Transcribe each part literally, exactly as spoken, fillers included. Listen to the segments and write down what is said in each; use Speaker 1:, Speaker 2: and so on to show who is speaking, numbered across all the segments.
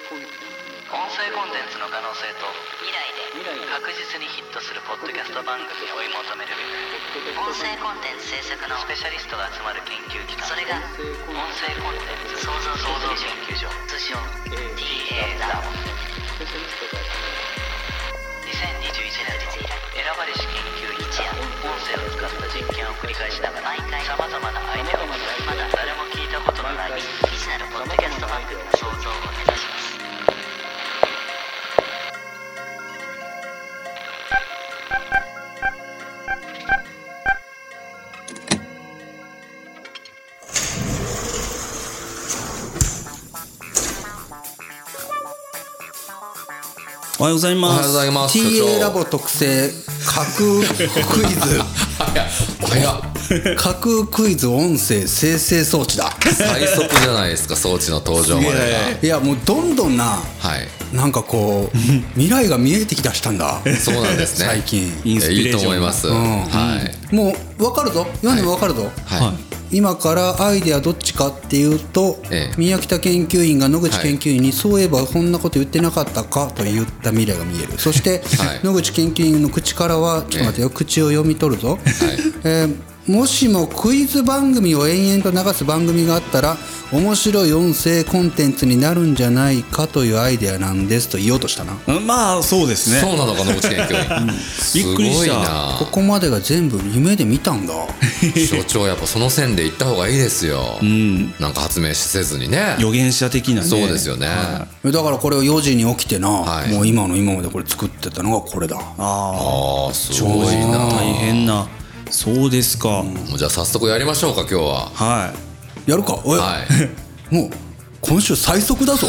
Speaker 1: 声コンテンツの可能性と未来で確実にヒットするポッドキャスト番組を追い求める音声コンテンツ制作のスペシャリストが集まる研究機関、それが音声コンテンツ創造創造研究所、通称 ティーエー ラボ。にせんにじゅういちねんの選ばれし研究一夜、音声を使った実験を繰り返しながらさまざまなアイデアを持ち、まだ誰も聞いたことのない未知なるポッドキャスト番組の創造を目指します。
Speaker 2: おはようございます。
Speaker 3: おはようございます。
Speaker 4: ティーエー ラボ特製架空クイズ
Speaker 3: 早っ
Speaker 4: 架空クイズ音声生成装置だ。
Speaker 3: 最速じゃないですか、装置の登場までが。
Speaker 4: いやもうどんどんな、
Speaker 3: はい、
Speaker 4: なんかこう未来が見えてきだしたんだ。
Speaker 3: そうなんですね。
Speaker 4: 最近
Speaker 2: インスピレーション
Speaker 3: いいと思います、
Speaker 4: うん
Speaker 3: はい、
Speaker 4: もう分かるぞ、読んでも分かるぞ、
Speaker 3: はいはい、
Speaker 4: 今からアイデアどっちかっていうと、
Speaker 3: ええ、
Speaker 4: 宮北研究員が野口研究員に、はい、そういえばこんなこと言ってなかったかと言った未来が見える。そして、はい、野口研究員の口からはちょっと待ってよ、ええ、口を読み取るぞ、はい、えーもしもクイズ番組を延々と流す番組があったら面白い音声コンテンツになるんじゃないかというアイデアなんですと言おうとしたな。
Speaker 2: まあそうですね。
Speaker 3: そうなのか、野口研究員、うん、
Speaker 2: びっくりした。
Speaker 3: すごいな。
Speaker 4: ここまでが全部夢で見たんだ。
Speaker 3: 所長やっぱその線で行った方がいいですよ、うん、なんか発明せずにね。
Speaker 2: 予言者的なね。
Speaker 3: そうですよね、
Speaker 4: はい、だからこれをよじに起きてな、はい、もう今の今までこれ作ってたのがこれだ。
Speaker 3: ああすごいな。
Speaker 2: 大変な。そうですか、うん、
Speaker 3: もうじゃあ早速やりましょうか今日は。
Speaker 4: はいやるか。おい、
Speaker 3: はい、
Speaker 4: もう今週最速だぞ。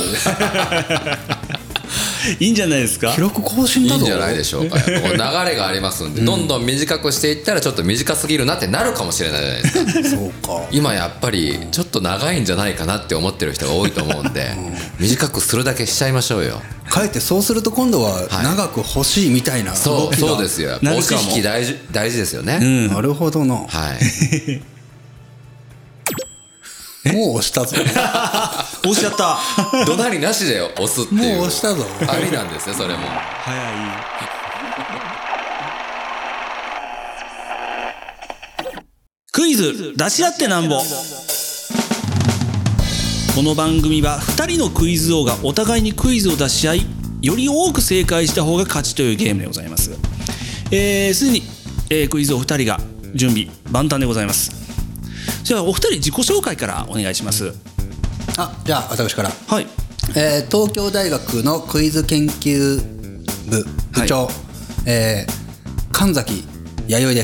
Speaker 2: いいんじゃないですか。
Speaker 4: 記録更新だぞ。
Speaker 3: いいんじゃないでしょうか。こう流れがありますんで、うん、どんどん短くしていったらちょっと短すぎるなってなるかもしれないじゃないですか。
Speaker 4: そうか。
Speaker 3: 今やっぱりちょっと長いんじゃないかなって思ってる人が多いと思うんで、うん、短くするだけしちゃいましょうよ。
Speaker 4: かえってそうすると今度は長く欲しいみたいな動きが、
Speaker 3: そう、そうですよ。押し引き大事、大事ですよね、
Speaker 4: うん、なるほどな。
Speaker 3: はい
Speaker 4: もう押したぞ。
Speaker 2: 押しちゃった。
Speaker 3: 怒鳴りなしで押すっていう。
Speaker 4: もう押したぞ。
Speaker 3: ありなんですね、それも。
Speaker 2: 早い。クイズ出し合ってなんぼ。この番組はふたりのクイズ王がお互いにクイズを出し合い、より多く正解した方が勝ちというゲームでございます。えー、すでに、えー、クイズ王ふたりが準備万端でございます。じゃあお二人自己紹介からお願いします。
Speaker 4: あ、じゃあ私から。
Speaker 2: はい、
Speaker 4: えー、東京大学のクイズ研究部部長、はい、えー、神崎弥生です。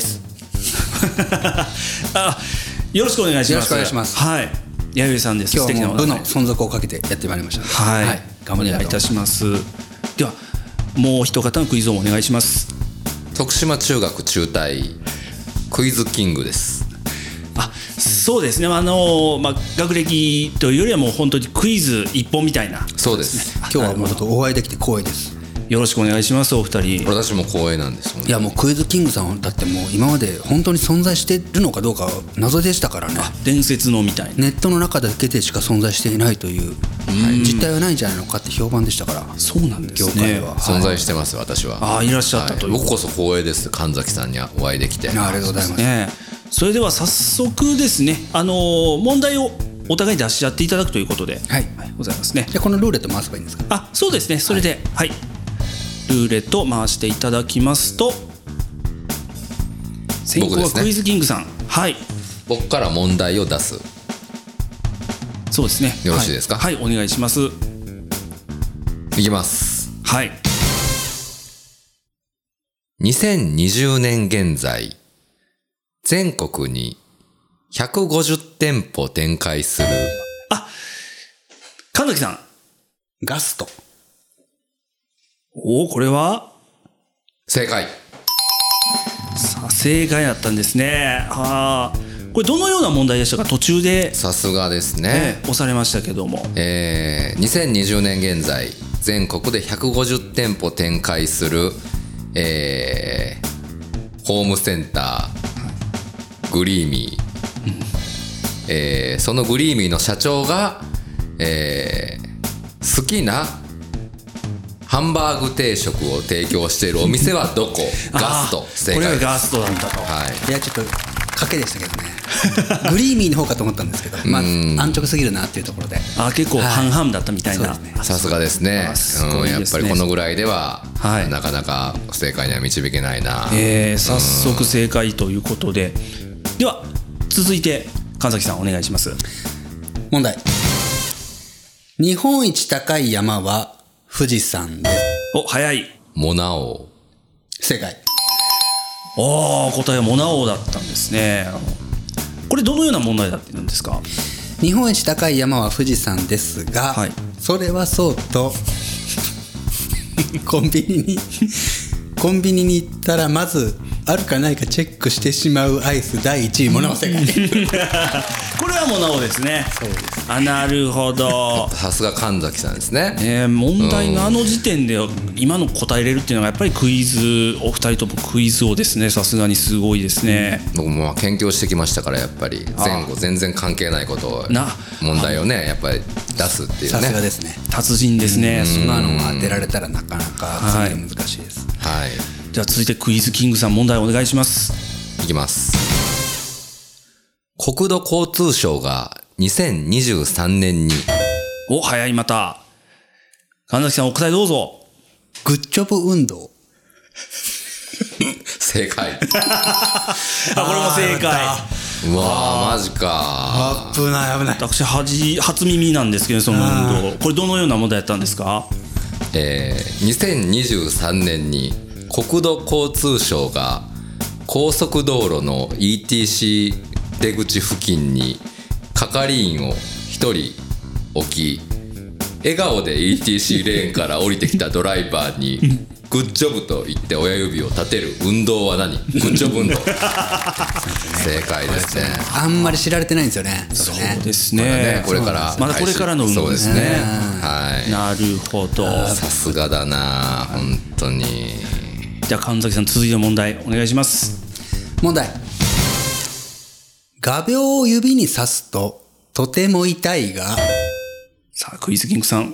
Speaker 2: あ、よろしくお願いします。
Speaker 4: よろしくお願いします。
Speaker 2: はい、弥生さんです。
Speaker 4: 今日も部の存続をかけてやってまいりました。
Speaker 2: はい、はい、頑張りいたします。ではもう一方のクイズをお願いします。
Speaker 3: 徳島中学中退クイズキングです。
Speaker 2: あ、そうですね。あの、まあ、学歴というよりはもう本当にクイズ一本みたいな。
Speaker 3: そうです。
Speaker 4: 今日はもうちょっとお会いできて光栄です。
Speaker 2: よろしくお願いしますお二人。
Speaker 3: 私も光栄なんですよね。
Speaker 4: いやもうクイズキングさんだってもう今まで本当に存在してるのかどうか謎でしたからね。
Speaker 2: 伝説のみたいな。
Speaker 4: ネットの中だけでしか存在していないという、はい、実態はないんじゃないのかって評判でしたから。
Speaker 2: そうなんですね。
Speaker 3: 業界は、はい、存在してます私は。
Speaker 2: ああ、いらっしゃったという、
Speaker 3: はい、僕こそ光栄です。神崎さんにはお会いできて。
Speaker 4: ありがとうございます、
Speaker 2: ね。それでは早速ですね、あのー、問題をお互い出し合っていただくということで、
Speaker 4: はい、
Speaker 2: はい、ございますね。
Speaker 4: じゃあこのルーレット回せばいいんですか。
Speaker 2: あ、そうですね。それで、はい、はい、ルーレット回していただきますと、先行はクイズキングさん、ね、はい、
Speaker 3: 僕から問題を出す。
Speaker 2: そうですね。
Speaker 3: よろしいですか。
Speaker 2: はい、はい、お願いします。
Speaker 3: いきます。
Speaker 2: はい。
Speaker 3: にせんにじゅうねん現在全国にひゃくごじゅってんぽ展開する。
Speaker 2: あ、神崎さん。
Speaker 4: ガスト。
Speaker 2: おお、これは
Speaker 3: 正解。
Speaker 2: さあ、正解だったんですね。ああ、これどのような問題でしたか。途中で
Speaker 3: さすがですね、
Speaker 2: えー、押されましたけども、
Speaker 3: えー、にせんにじゅうねん現在全国でひゃくごじゅってんぽ展開する、えー、ホームセンターグリーミー、えー、そのグリーミーの社長が、えー、好きなハンバーグ定食を提供しているお店はどこ？ガスト。正解。
Speaker 2: これがガストだったと。
Speaker 3: はい。
Speaker 4: いやちょっと賭けでしたけどねグリーミーの方かと思ったんですけど、まあ、安直すぎるなっていうところで、
Speaker 2: あ結構半々だったみたいな、
Speaker 4: はいね、
Speaker 3: さすがですね。
Speaker 2: すごいですね、
Speaker 3: うん、やっぱりこのぐらいでは、
Speaker 2: はい、
Speaker 3: なかなか正解には導けないな、
Speaker 2: えー、早速正解ということで、では続いて神崎さんお願いします。
Speaker 4: 問題。日本一高い山は富士山です。
Speaker 2: お、早い。
Speaker 3: モナオ。
Speaker 4: 正解。
Speaker 2: ああ、答えはモナオだったんですね。これどのような問題だって言うんですか？
Speaker 4: 日本一高い山は富士山ですが、はい、それはそうとコンビニにコンビニに行ったらまずあるかないかチェックしてしまうアイスだいいちいモナオ。正解
Speaker 2: これはモナオですね。
Speaker 4: そうです。
Speaker 2: あ、なるほど。
Speaker 3: さすが神崎さんですね。
Speaker 2: えー、問題のあの時点で今の答えれるっていうのがやっぱりクイズ、お二人ともクイズ王ですね。さすがにすごいですね。
Speaker 3: 僕も研究してきましたから、やっぱり前後全然関係ないことを問題をねやっぱり出すっていうね。
Speaker 4: さすがですね。
Speaker 2: 達人ですね。
Speaker 4: そんなのが当てられたらなかなか次は難しいです。
Speaker 3: はい、はい。
Speaker 2: じゃあ続いてクイズキングさん、問題お願いします。
Speaker 3: いきます。国土交通省がにせんにじゅうさんねんに。
Speaker 2: お、早い。また神崎さんお答えどうぞ。
Speaker 4: グッジョブ運動。
Speaker 3: 正解。
Speaker 2: あ、これも正解。
Speaker 3: うわー、マジか。
Speaker 4: 危ない危ない。
Speaker 2: 私初耳なんですけど、その運動、これどのような問題やったんですか？
Speaker 3: えー、にせんにじゅうさんねんに国土交通省が高速道路の イーティーシー 出口付近に係員をひとり置き、笑顔で イーティーシー レーンから降りてきたドライバーにグッジョブと言って親指を立てる運動は何？グッジョブ運動。正解ですね。
Speaker 4: あんまり知られてないんですよね。
Speaker 2: そ
Speaker 4: れね。
Speaker 2: そうですね。
Speaker 3: これから
Speaker 2: まだこれからの運動ですね。
Speaker 3: はい。
Speaker 2: なるほど。
Speaker 3: さすがだな、本当に。
Speaker 2: じゃあ神崎さん、続いての問題お願いします。
Speaker 4: 問題。画鋲を指に刺すととても痛いが。
Speaker 2: さあクイズキングさん。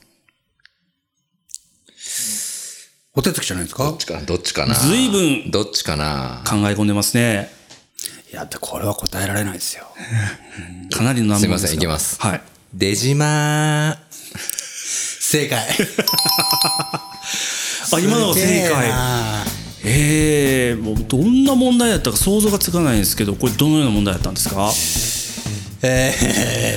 Speaker 4: お手つきじゃないですか？
Speaker 3: どっちかな、どっちかな。
Speaker 2: ずいぶん
Speaker 3: どっちかな。
Speaker 2: 考え込んでますね。
Speaker 4: いや、これは答えられないですよ。
Speaker 2: かなりの難問です。
Speaker 3: すいません、いきます。
Speaker 2: はい。
Speaker 3: 出島。
Speaker 4: 正解。
Speaker 2: あ、今のは正解。えー、もうどんな問題だったか想像がつかないんですけど、これどのような問題だったんですか？
Speaker 4: えー、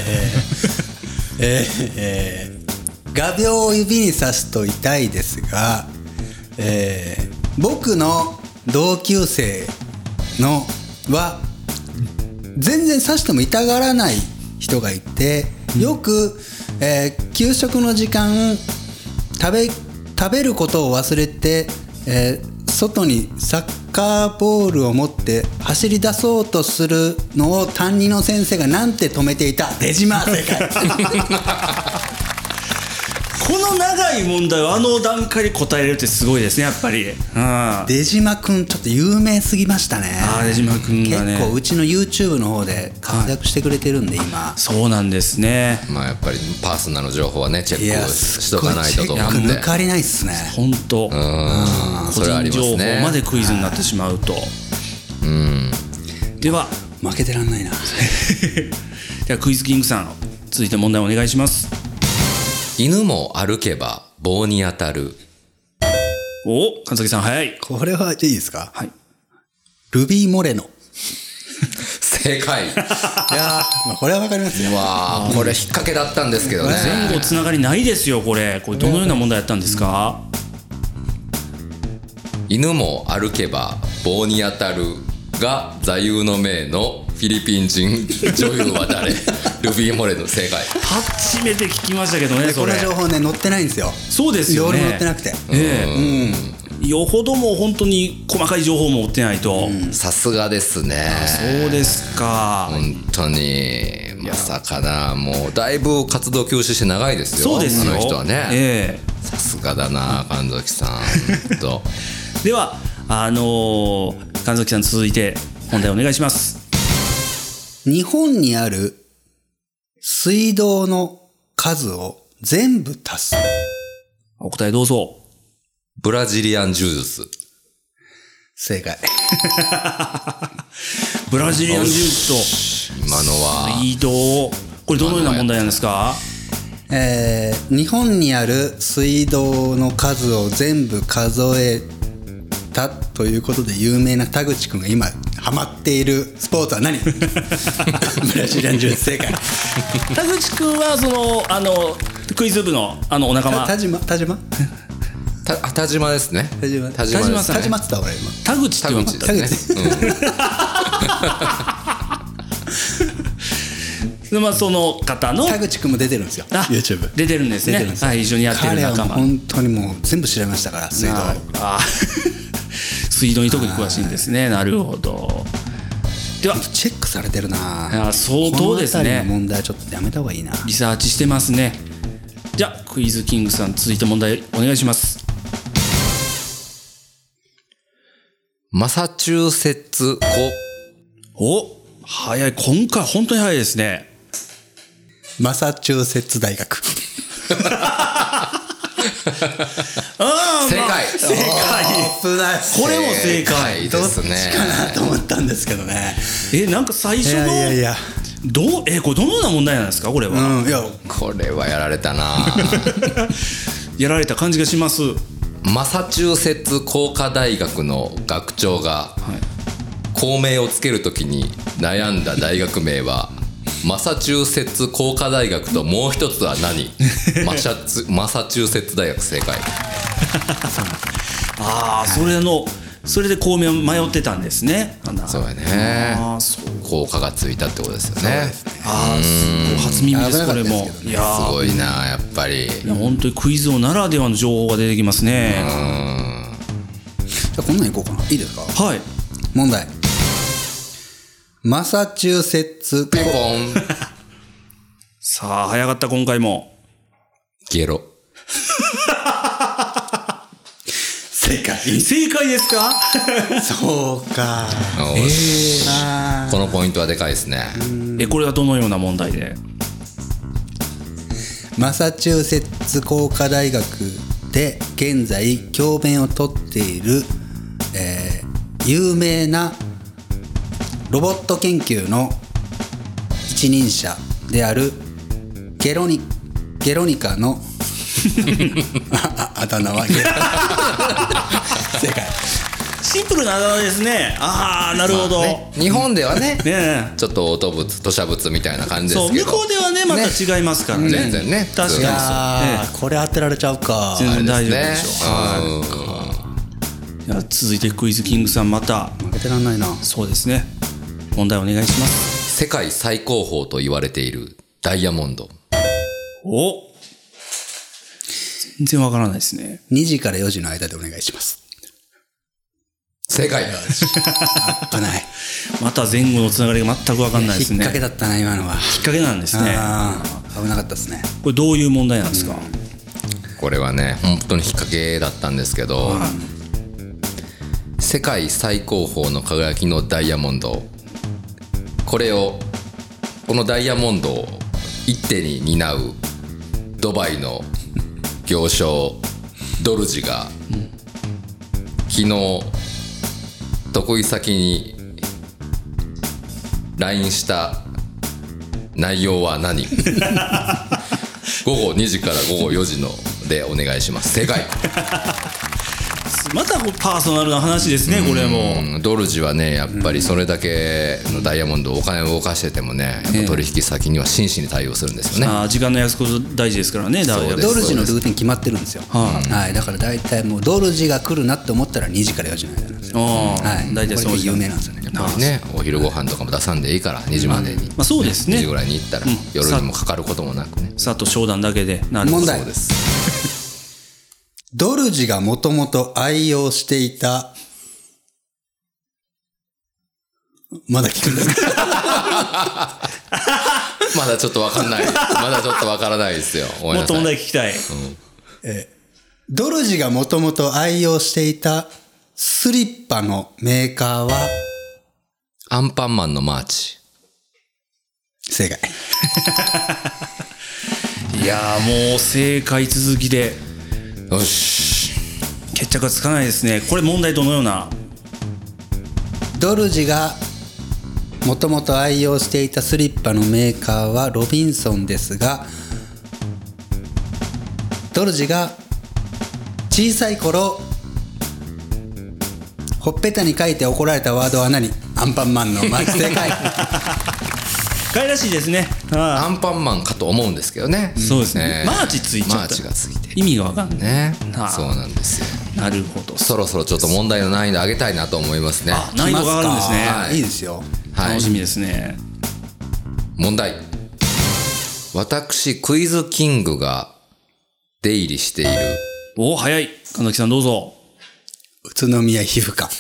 Speaker 4: えー、えー、画鋲を指に刺すと痛いですが、えー、僕の同級生のは全然刺しても痛がらない人がいて、よく、えー、給食の時間食べ食べることを忘れて、えー外にサッカーボールを持って走り出そうとするのを担任の先生がなんて止めていた？出島。正解。
Speaker 2: この長い問題をあの段階で答えれるってすごいですね、やっぱり。
Speaker 4: 出島くんちょっと有名すぎましたね。
Speaker 2: あ、出島くんがね、
Speaker 4: 結構うちの YouTube の方で活躍してくれてるんで今。
Speaker 2: そうなんですね。
Speaker 3: まあやっぱりパーソナルの情報はねチェックしとかないとと思って。
Speaker 4: 抜かりないっすね。
Speaker 2: 本当。個人情報までクイズになってしまうと。うん。では
Speaker 4: 負けてらんないな。
Speaker 2: ではクイズキングさん、続いて問題お願いします。
Speaker 3: 犬も歩けば棒に当たる。
Speaker 2: お、神崎さん早い。
Speaker 4: これはいいですか？
Speaker 2: はい。
Speaker 4: ルビー・モレノ。
Speaker 3: 正解。いや
Speaker 4: まあこれはわかりますよ。
Speaker 3: わあ、これ引っ掛けだったんですけどね。
Speaker 2: 前後つながりないですよこれ。これどのような問題やったんですか？
Speaker 3: 犬も歩けば棒に当たるが座右の銘のフィリピン人女優は誰？ルビー・モレノ。正解。
Speaker 2: 初めて聞きましたけどね、それ。
Speaker 4: この情報ね載ってないんですよ。
Speaker 2: そうですよね。
Speaker 4: 両方載ってなくて。
Speaker 2: ええ、うん。よほども本当に細かい情報も追ってないと。
Speaker 3: さすがですね。
Speaker 2: そうですか。
Speaker 3: 本当にまさかな。もうだいぶ活動休止して長いですよ。
Speaker 2: そうですよ。
Speaker 3: あの人はね。
Speaker 2: ええ、
Speaker 3: さすがだな神崎さん。と
Speaker 2: ではあのー、神崎さん続いて問題お願いします。
Speaker 4: 日本にある水道の数を全部足す。
Speaker 2: お答えどうぞ。
Speaker 3: ブラジリアン柔術。
Speaker 4: 正解。
Speaker 2: ブラジリアン柔術と
Speaker 3: 今のは
Speaker 2: 水道、これどのような問題なんですか？
Speaker 4: えー、日本にある水道の数を全部数えたということで有名な田口くんが今ハマっているスポーツは何？ブラジリアン柔術。正解。
Speaker 2: 田口くんはそのあのクイズ部のあのお仲間。
Speaker 4: 田島田島
Speaker 3: た田島ですね。
Speaker 4: 田島
Speaker 3: 田島ですね。
Speaker 4: 田島って言った俺今。
Speaker 2: 田口って言わなかった。
Speaker 3: 田口ですね。
Speaker 2: でまあその方の
Speaker 4: 田口くんも出てるんですよ。
Speaker 2: あ
Speaker 4: YouTube
Speaker 2: 出てるんですね。はい、一緒にやってる仲間。
Speaker 4: 彼はもう本当にもう全部調べましたから水道。
Speaker 2: あ水道に特に詳しいんですね。なるほど。では
Speaker 4: チェックされてるな。
Speaker 2: あ相当ですね。
Speaker 4: この辺りの問題はちょっとやめた方がいいな。
Speaker 2: リサーチしてますね。じゃあクイズキングさん続いて問題お願いします。
Speaker 3: マサチューセッツ
Speaker 2: お早い。今回本当に早いですね。
Speaker 4: マサチューセッツ大学。
Speaker 2: あ
Speaker 3: 正解。
Speaker 4: 正解。危ない。
Speaker 2: これも正解
Speaker 3: ですね。
Speaker 4: どっちかなと思ったんですけどね。
Speaker 2: えなんか最初の
Speaker 4: いやいやいや
Speaker 2: どうえこれどのような問題なんですかこれは。
Speaker 4: うんいや
Speaker 3: これはやられたな。
Speaker 2: やられた感じがします。
Speaker 3: マサチューセッツ工科大学の学長が校名をつけるときに悩んだ大学名はマサチューセッツ工科大学ともう一つは何？マシャツマサチューセッツ大学。正解。
Speaker 2: ああそれのそれで校名を迷ってたんですね。
Speaker 3: そうやね。
Speaker 2: あそう
Speaker 3: 効果がついたってことですよね。
Speaker 2: ああすごい初耳ですこれも。いや
Speaker 3: すごいなやっぱり。
Speaker 2: いや本当にクイズ王ならではの情報が出てきますね。
Speaker 4: じゃあこんなんいこうかな。いいですか？
Speaker 2: はい。
Speaker 4: 問題。マサチューセッツ
Speaker 3: ピンポン。
Speaker 2: さあ早かった今回も。
Speaker 3: ゲロ。
Speaker 4: 正解。
Speaker 2: 正解ですか？
Speaker 4: そうか。
Speaker 3: えー、このポイントはでかいですね。
Speaker 2: えこれはどのような問題で？
Speaker 4: マサチューセッツ工科大学で現在教鞭をとっている、えー、有名なロボット研究の一人者であるゲロニゲロニカのあ, あだ名はゲロ正解。
Speaker 2: シンプルなあだ名ですね。ああなるほど、
Speaker 3: まあね、日本ではね
Speaker 2: ね
Speaker 3: ちょっと音物吐砂物みたいな感じですけど、
Speaker 2: そう向こうではねまた違いますからね。
Speaker 3: 全然ね
Speaker 2: 確かにそう、ね、
Speaker 4: これ当てられちゃうか。
Speaker 2: 全然大丈夫でしょう。
Speaker 3: はい
Speaker 2: いや続いてクイズキングさんまた
Speaker 4: 負けてらんないな。
Speaker 2: そうですね問題お願いします。
Speaker 3: 世界最高峰と言われているダイヤモンド。
Speaker 2: お全然わからないですね。
Speaker 4: にじからよじの間でお願いします。
Speaker 3: 正解。
Speaker 4: 危ない。
Speaker 2: また前後のつながりが全くわかんないですね。
Speaker 4: 引っ掛けだったな今のは。
Speaker 2: 引っ掛けなんですね。
Speaker 4: あ危なかったですね。
Speaker 2: これどういう問題なんですか？
Speaker 3: これはね本当に引っ掛けだったんですけど、世界最高峰の輝きのダイヤモンド、これをこのダイヤモンドを一手に担うドバイの行商ドルジが昨日得意先に ライン した内容は何？ごごにじからごごよじのでお願いします。正解。
Speaker 2: またパーソナルな話ですねこれも。
Speaker 3: ドルジはねやっぱりそれだけのダイヤモンドお金を動かしててもねやっぱ取引先には真摯に対応するんですよね。
Speaker 2: あ時間の約束大事ですからね。
Speaker 3: そうです
Speaker 4: ドルジのルーティン決まってるんですよ。
Speaker 2: は
Speaker 4: はい、だから大体もうドルジが来るなって思ったらにじからよじの間なんですよ。はい、
Speaker 2: 大体そう
Speaker 4: これ有名なんですよね。
Speaker 3: やっぱりねお昼ご飯とかも出さんでいいからにじまでに、
Speaker 2: まあそうですね
Speaker 3: にじぐらいに行ったら夜にもかかることもなくね。
Speaker 2: さっと商談だけでなるほど。
Speaker 4: 問題
Speaker 3: そうです。
Speaker 4: ドルジがもともと愛用していたまだ聞くんですか？
Speaker 3: まだちょっとわかんない。まだちょっとわからないですよ。ごめんなさい。
Speaker 2: もっと問題聞きたい。
Speaker 4: ドルジがもともと愛用していたスリッパのメーカーは
Speaker 3: アンパンマンのマーチ。
Speaker 4: 正解。
Speaker 2: いやーもう正解続きで
Speaker 3: よし。
Speaker 2: 決決着がつかないですね。これ問題どのような。
Speaker 4: ドルジがもともと愛用していたスリッパのメーカーはロビンソンですが、ドルジが小さい頃ほっぺたに書いて怒られたワードは何？アンパンマンの正解。
Speaker 2: かいらしいですね。あ
Speaker 3: アンパンマンかと思うんですけどね。
Speaker 2: そうですね、
Speaker 3: えー
Speaker 2: マーチついちゃった。
Speaker 3: マーチがついてる
Speaker 2: 意味がわかんない
Speaker 3: ね。
Speaker 2: はあ
Speaker 3: そうなんですよ。
Speaker 2: なるほど。
Speaker 3: そろそろちょっと問題の難易度上げたいなと思いますね。
Speaker 2: あ、難易度が上がるんですね。
Speaker 3: はい
Speaker 4: いいですよ。
Speaker 3: はい
Speaker 2: 楽しみですね。
Speaker 3: 問題。私クイズキングが出入りしている。
Speaker 2: お、早い。神崎さんどうぞ。
Speaker 4: 宇都宮皮膚科。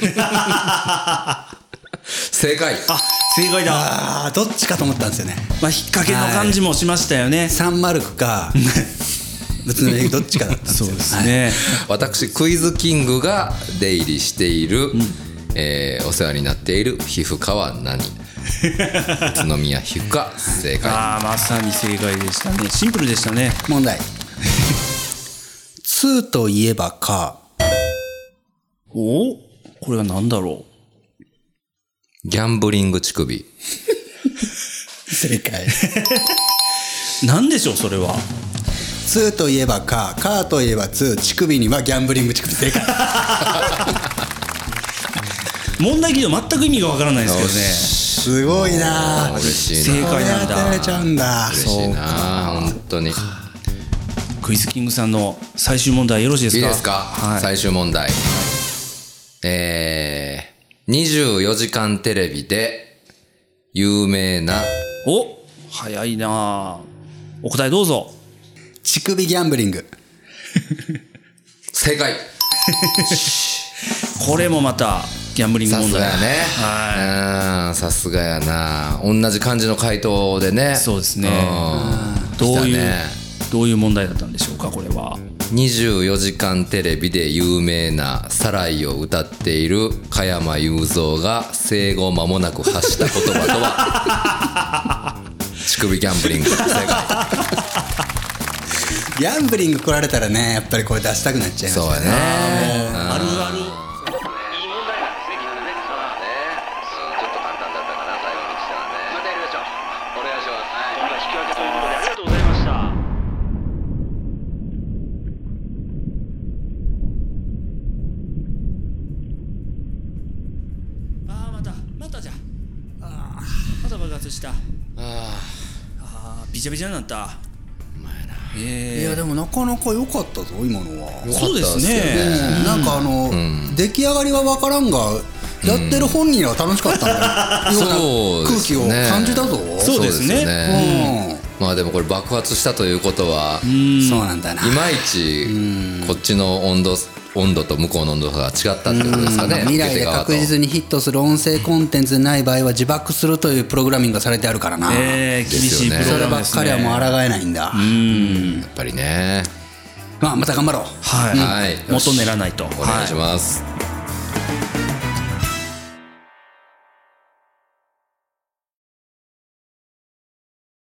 Speaker 3: 正解。
Speaker 2: あ、正解だ。
Speaker 4: ああ、どっちかと思ったんですよね。
Speaker 2: まあ引っ掛けの感じもしましたよね。
Speaker 4: サンマルクか宇都宮どっちかだったんですよ。
Speaker 2: そうですね。
Speaker 3: 私クイズキングが出入りしている、えーお世話になっている皮膚科は何？宇都宮皮膚科。正解。
Speaker 2: ああ、まさに正解でしたね。シンプルでしたね。
Speaker 4: 問題。ツーといえばか。
Speaker 2: お、これは何だろ
Speaker 3: ギャンブリング乳首。
Speaker 4: 正解。
Speaker 2: う。なんでしょうそれは。
Speaker 4: ツーといえばか、カーといえばツー、乳首にはギャンブリング乳首。正解。
Speaker 2: 問題聞いても全く意味がわからないですけどね。
Speaker 4: すごいな。
Speaker 3: 嬉しいな。
Speaker 2: 正解なん
Speaker 4: これ当てられちゃ
Speaker 2: だ。
Speaker 4: うんだ。
Speaker 3: 嬉しいな。本当に。
Speaker 2: クイズキングさんの最終問題よろしいですか？
Speaker 3: いいですか？
Speaker 2: はい。
Speaker 3: 最終問題。えー、にじゅうよじかんテレビで有名な
Speaker 2: お、早いな。お答えどうぞ。
Speaker 4: 乳首ギャンブリング。
Speaker 3: 正解。
Speaker 2: これもまたギャンブリング
Speaker 3: さ
Speaker 2: 問題。
Speaker 3: すがやね。
Speaker 2: は
Speaker 3: うん、さすがやな。同じ感じの回答でね。
Speaker 2: い。そうですね。
Speaker 3: うん
Speaker 2: どういう、
Speaker 3: 来たね
Speaker 2: どういう問題だったんでしょうかこれは。
Speaker 3: にじゅうよじかんテレビで有名なサライを歌っている加山雄三が生後間もなく発した言葉とは？乳首ギャンブリング。正解。
Speaker 4: ギャンブリング来られたらね、やっぱりこれ出したくなっちゃいますよね。
Speaker 3: そうやね。
Speaker 2: あるある。
Speaker 1: いい問題なんですね、きっとね。ちょっと簡単だったかな、最後にしてはね。またやりましょう。お願いします。今度は引き分けということでありがとうございました。
Speaker 2: ああ、またまたじゃ。ああ、また爆発した。ああ、ビチャビチャになった。え
Speaker 4: いやでもなかなか良かったぞ今のは。
Speaker 2: え、そうですね。
Speaker 4: うんなんかあの、出来上がりは分からんが、やってる本人は楽しかったんだような空気を感じたぞ。
Speaker 2: そうですね。
Speaker 3: まあでもこれ爆発したということは、
Speaker 4: そうなんだな。
Speaker 3: いまいちこっちの温度温度と向こうの温度が違ったってことですかね。
Speaker 4: 未来で確実にヒットする音声コンテンツでない場合は自爆するというプログラミングがされてあるからな。
Speaker 2: ええ、厳しいプロ
Speaker 4: そればっ
Speaker 2: グラムですね。
Speaker 4: かりはもう抗えないんだ。
Speaker 3: やっぱりね。
Speaker 4: まあまた頑張ろう。
Speaker 2: はい。
Speaker 3: はい。
Speaker 2: 元練らないと。
Speaker 3: お願いします。